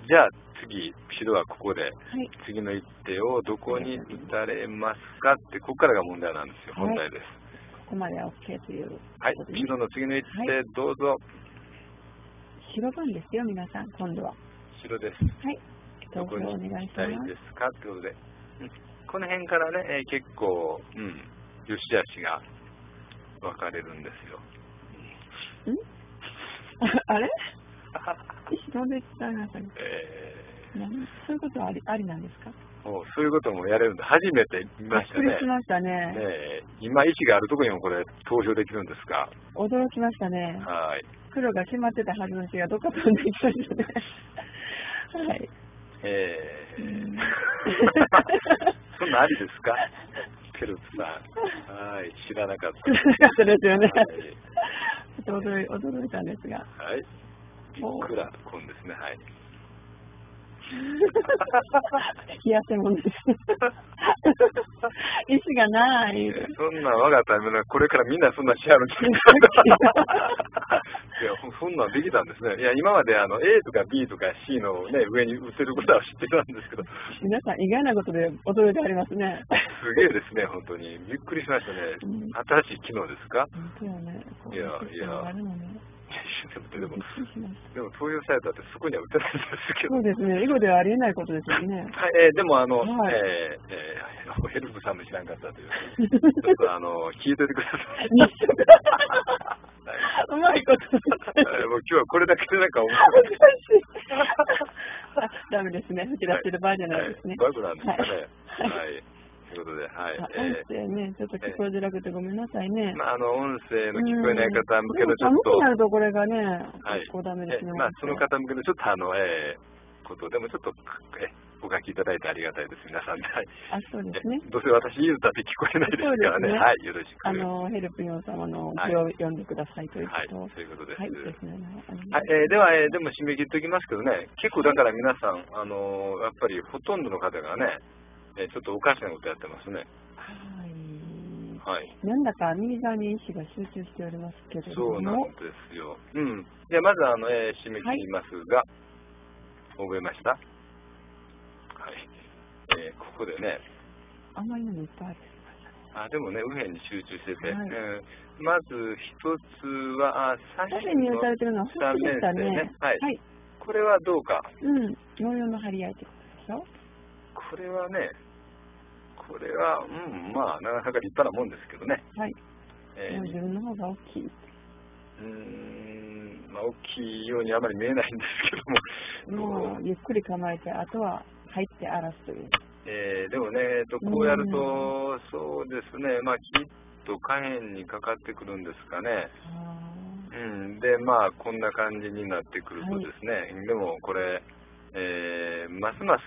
じゃあ次、白はここで、 はい。 次の一手をどこに打たれますかって、ここからが問題なんですよ。 はい問題です。 ここまでは OK というはいこと。でね。 白の次の一手、 はいどうぞ。 白番ですよ、皆さん、今度は。 白です。 はい。投票どこにお願いします行きたいで。すかってことで。この辺からね、結構、良し悪しが分かれるんですよ。 あれ石飛んでいった皆さん。そういうことはありなんですか？ そういうこともやれるんで、初めて見ましたね。 びっくりしましたね。 ねえ、今、石があるところにもこれ、投票できるんですか？ 驚きましたね。 はい。 黒が決まってたはずの石がどっか飛んでいきましたね。はい。 そんなありですか？ケルプさん。はい、知らなかった。 知らなかったですよね。 はいちょっと驚いたんですが。 はい。びっくらこんですね。はい。 冷やせもんです。石がない。 そんな我がためのこれからみんなそんなしはるんですいや、そんなんできたんですね。いや、今までA とか B とか C のね、上に打てることは知ってたんですけど。 皆さん意外なことで驚いてありますね。 すげえですね、本当に。びっくりしましたね。新しい機能ですか？ 本当よね。 いや。 あるのね。 でも投票されたってそこには打てないんですけど。 そうですね。囲碁ではありえないことですよね。 はい、でもヘルプさんも知らんかったという。ちょっと聞いておいてください。 うまいこと。 もう今日はこれだけでなんか面白い。ダメですね。吹き出してる場合じゃないですね。 バグなんですかね。はい。ということで、はい。 音声ね、ちょっと聞こえづらくてごめんなさいね。 音声の聞こえない方向けのちょっと。 寒くなるとこれがね、結構ダメですね。 その方向けのちょっとことでもちょっとお書きいただいてありがたいです、皆さんで。 そうですね。 どうせ私言うたって聞こえないですからね。はい、よろしく。 ヘルプヨン様の字を読んでくださいということ。 はい、そういうことです。 はい、ですね。 はい、では、でも締め切っておきますけどね、結構だから皆さん、やっぱりほとんどの方がね、ちょっとおかしなことやってますね。はい。 なんだか右側に石が集中しておりますけれども。 そうなんですよ。じゃあまず締め切りますが、覚えました？はい。ここでね。 あまりにもいっぱいある。 でもね、右辺に集中してて、まず一つは、 左辺に打たれてるのは星でしたね。 はい。これはどうか。 模様の張り合いってことでしょ？ これはね、まあ、なかなか立派なもんですけどね。 はい。自分の方が大きい。 まあ、大きいようにあまり見えないんですけども。 もう、ゆっくり構えて、あとは入って荒らすという。 でもね、こうやると、そうですね、まあ、きっと下辺にかかってくるんですかね。で、まあ、こんな感じになってくるとですね、でもこれ、ますます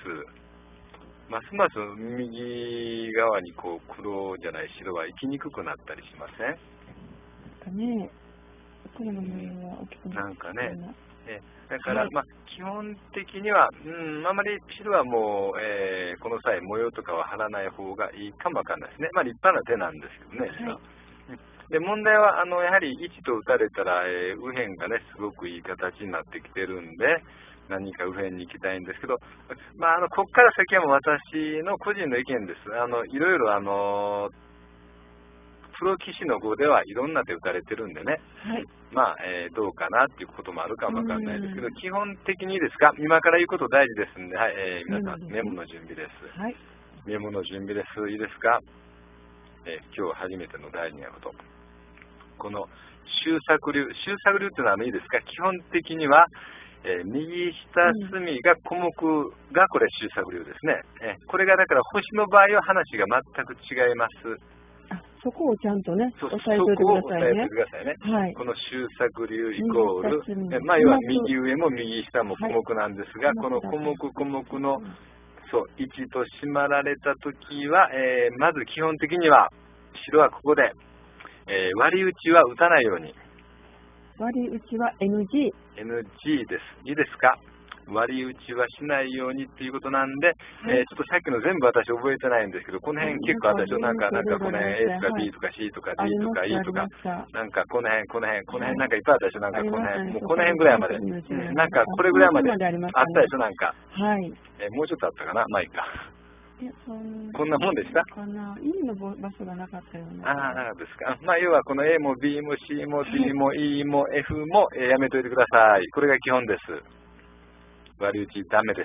右側に黒じゃない白は行きにくくなったりしません？ 黒の模様は大きくなってくるな。 だから、まあ、基本的には、あまり白はもう、この際模様とかは貼らない方がいいかもわかんないですね。まあ、立派な手なんですけどね、で、問題は、やはり1と打たれたら、右辺がね、すごくいい形になってきてるんで、何か右辺に行きたいんですけど、まあ、ここから先はもう私の個人の意見です。いろいろ、プロ棋士の碁ではいろんな手打たれてるんでね、まあ、どうかなっていうこともあるかもわかんないですけど、基本的にいいですか？今から言うこと大事ですんで、はい、皆さん、メモの準備です。メモの準備です。いいですか？今日初めての大事なこと。この周作流っていうのはいいですか？基本的には、右下隅が小目がこれ周作流ですね。これがだから星の場合は話が全く違います。 そこをちゃんとね、押さえておいてくださいね。 この周作流イコール、まあ、要は右上も右下も小目なんですが、この小目の位置と縛られたときは、まず基本的には白はここで、割り打ちは打たないように。 割り打ちは NG。 NG です。いいですか？ 割り打ちはしないようにっていうことなんで、ちょっとさっきの全部私覚えてないんですけど、この辺結構あったでしょ。なんかこの辺 A とか B とか C とか D とか E とか、なんかこの辺なんかいっぱいあったでしょ。なんかこの辺、もうこの辺ぐらいまで。なんかこれぐらいまであったでしょ。なんか。 はい。 もうちょっとあったかな。まあいいか。こんなもんでしたかな。E の場所がなかったよね。 ああ、なかったですか。まあ、要はこの A も B も C も D も E も F もやめといてください。これが基本です。割り打ちダメです。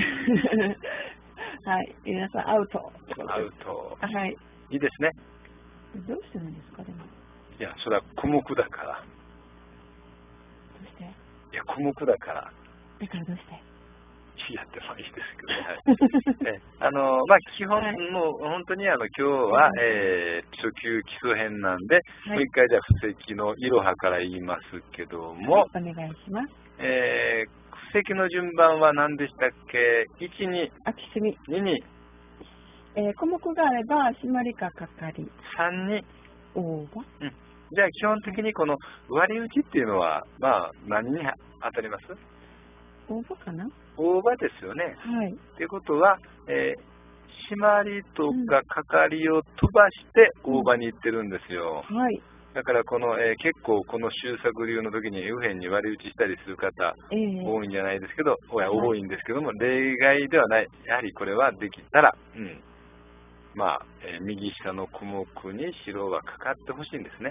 はい。皆さん、アウト。 アウト。 はい。 いいですね。 どうしてなんですか、でも。 いや、それは項目だから。 どうして？ いや、項目だから。 だからどうして？ やってもいいですけどね。まあ、基本、もう本当に今日は、初級基礎編なんで、もう一回じゃあ布石のいろはから言いますけども、 お願いします。 布石の順番は何でしたっけ？ 1、2、 空き隅。 2に、 項目があれば、締まりかかかり。 3に、 オーバー。 じゃあ基本的にこの割り打ちっていうのは、まあ、何に当たります？ オーバーかな？ オーバーですよね。 はい。 ということは、締まりとかかかりを飛ばしてオーバーに行ってるんですよ。 はい。 だからこの、結構この修作流の時に右辺に割り打ちしたりする方、多いんじゃないですけど、多いんですけども、例外ではない。やはりこれはできたら、まあ、右下の項目に白はかかってほしいんですね。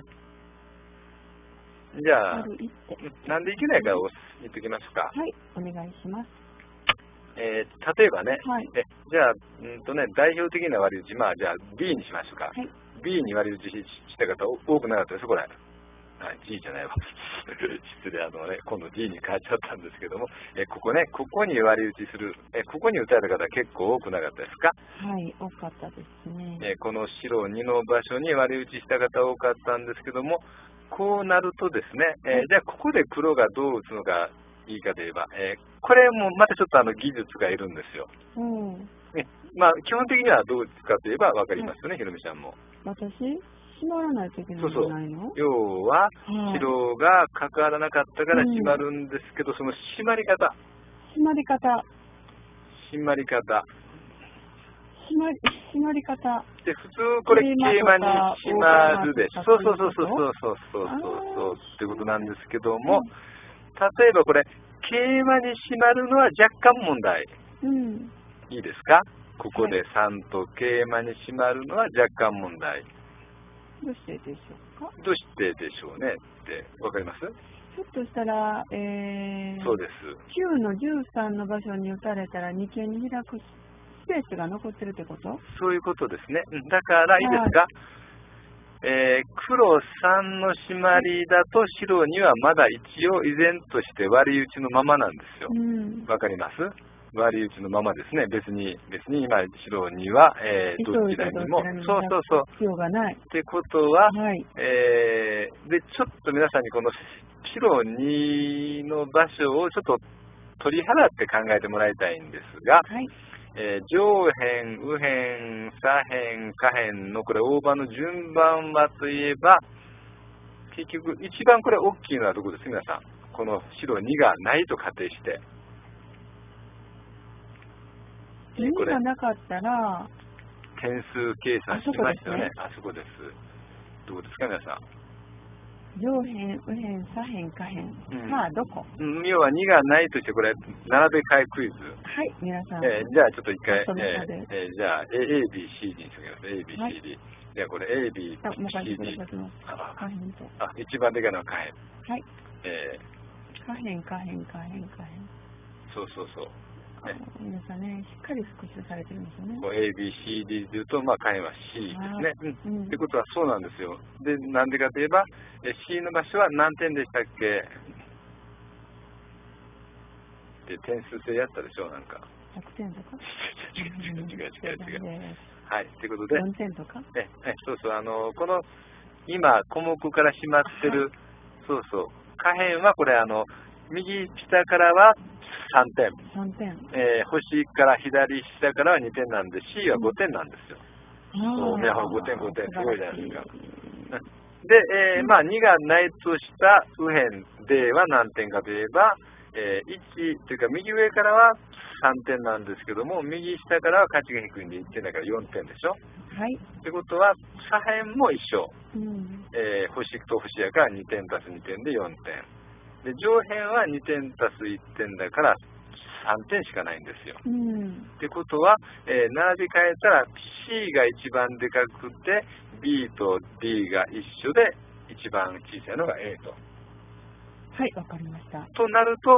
じゃあ、なんでいけないかを言っておきますか。 はい、お願いします。 例えばね、 はい、 じゃあ、代表的な割り打ち、まあ、じゃあ B にしましょうか。 はい、 B に割り打ちした方多くなかったです、これ。G じゃないわ。失礼、今度 G に変えちゃったんですけども、ここに割り打ちする、ここに打たれた方結構多くなかったですか？ はい、多かったですね。 この白2の場所に割り打ちした方多かったんですけども、こうなるとですね、じゃあここで黒がどう打つのがいいかといえば、これもまたちょっと技術がいるんですよ。まあ、基本的にはどう打つかといえば分かりますよね、ひろみちゃんも。 私閉まらないといけないんじゃないの？ 要は、白がかからなかったから閉まるんですけど、その閉まり方。 閉まり方。 で、普通これ桂馬に閉まるでしょ。そうってことなんですけども、例えばこれ、桂馬に閉まるのは若干問題。いいですか？ここで3と桂馬に閉まるのは若干問題。 どうしてでしょうか？ どうしてでしょうねってわかります？ ひょっとしたら、 そうです。 9の13の場所に打たれたら二間に開くスペースが残ってるってこと？ そういうことですね。だからいいですか？黒3の締まりだと白にはまだ一応依然として割り打ちのままなんですよ。わかります？割り打ちのままですね。別に今白には、どちらにも必要がない。 ってことは、でちょっと皆さんにこの白2の場所をちょっと取り払って考えてもらいたいんですが、上辺、右辺、左辺、下辺のこれ大場の順番はといえば、結局一番これ大きいのはどこですか皆さん。この白2がないと仮定して。 2がなかったら、 点数計算しましたよね。あそこです。どうですか皆さん。 上辺、右辺、左辺、下辺。まあどこ？ 要は2がないとして、これ並べ替えクイズ。 はい、皆さん。 じゃあちょっと一回、じゃあ A、B、C、D にしときます。A、B、C、D。じゃあこれ A、B、C、D。一番でかいのは下辺。 はい。下辺。 そう。 皆さんね、しっかり復習されてるんですよね。 A、B、C、D でいうと、まあ、下辺は C ですね。ってことはそうなんですよ。で、なんでかといえば、C の場所は何点でしたっけ？で、点数制やったでしょ、なんか。 100点とか？ 違う。はい、ということで。 4点とか？ そう、この、今、項目から閉まってる、下辺はこれ、右下からは3点。星から左下からは2点なんで C は5点なんですよ。5点、すごいじゃないですか。で、まあ2がないとした右辺では何点かといえば、 1というか右上からは3点なんですけども、右下からは価値が低いんで1点だから4点でしょ。 はい。 ってことは、左辺も一緒。星と星やから2点足す2点で4点。で、上辺は2点足す1点だから3点しかないんですよ。ってことは、並び替えたら C が一番でかくて、B と D が一緒で、一番小さいのが A と。 はい、わかりました。 となると、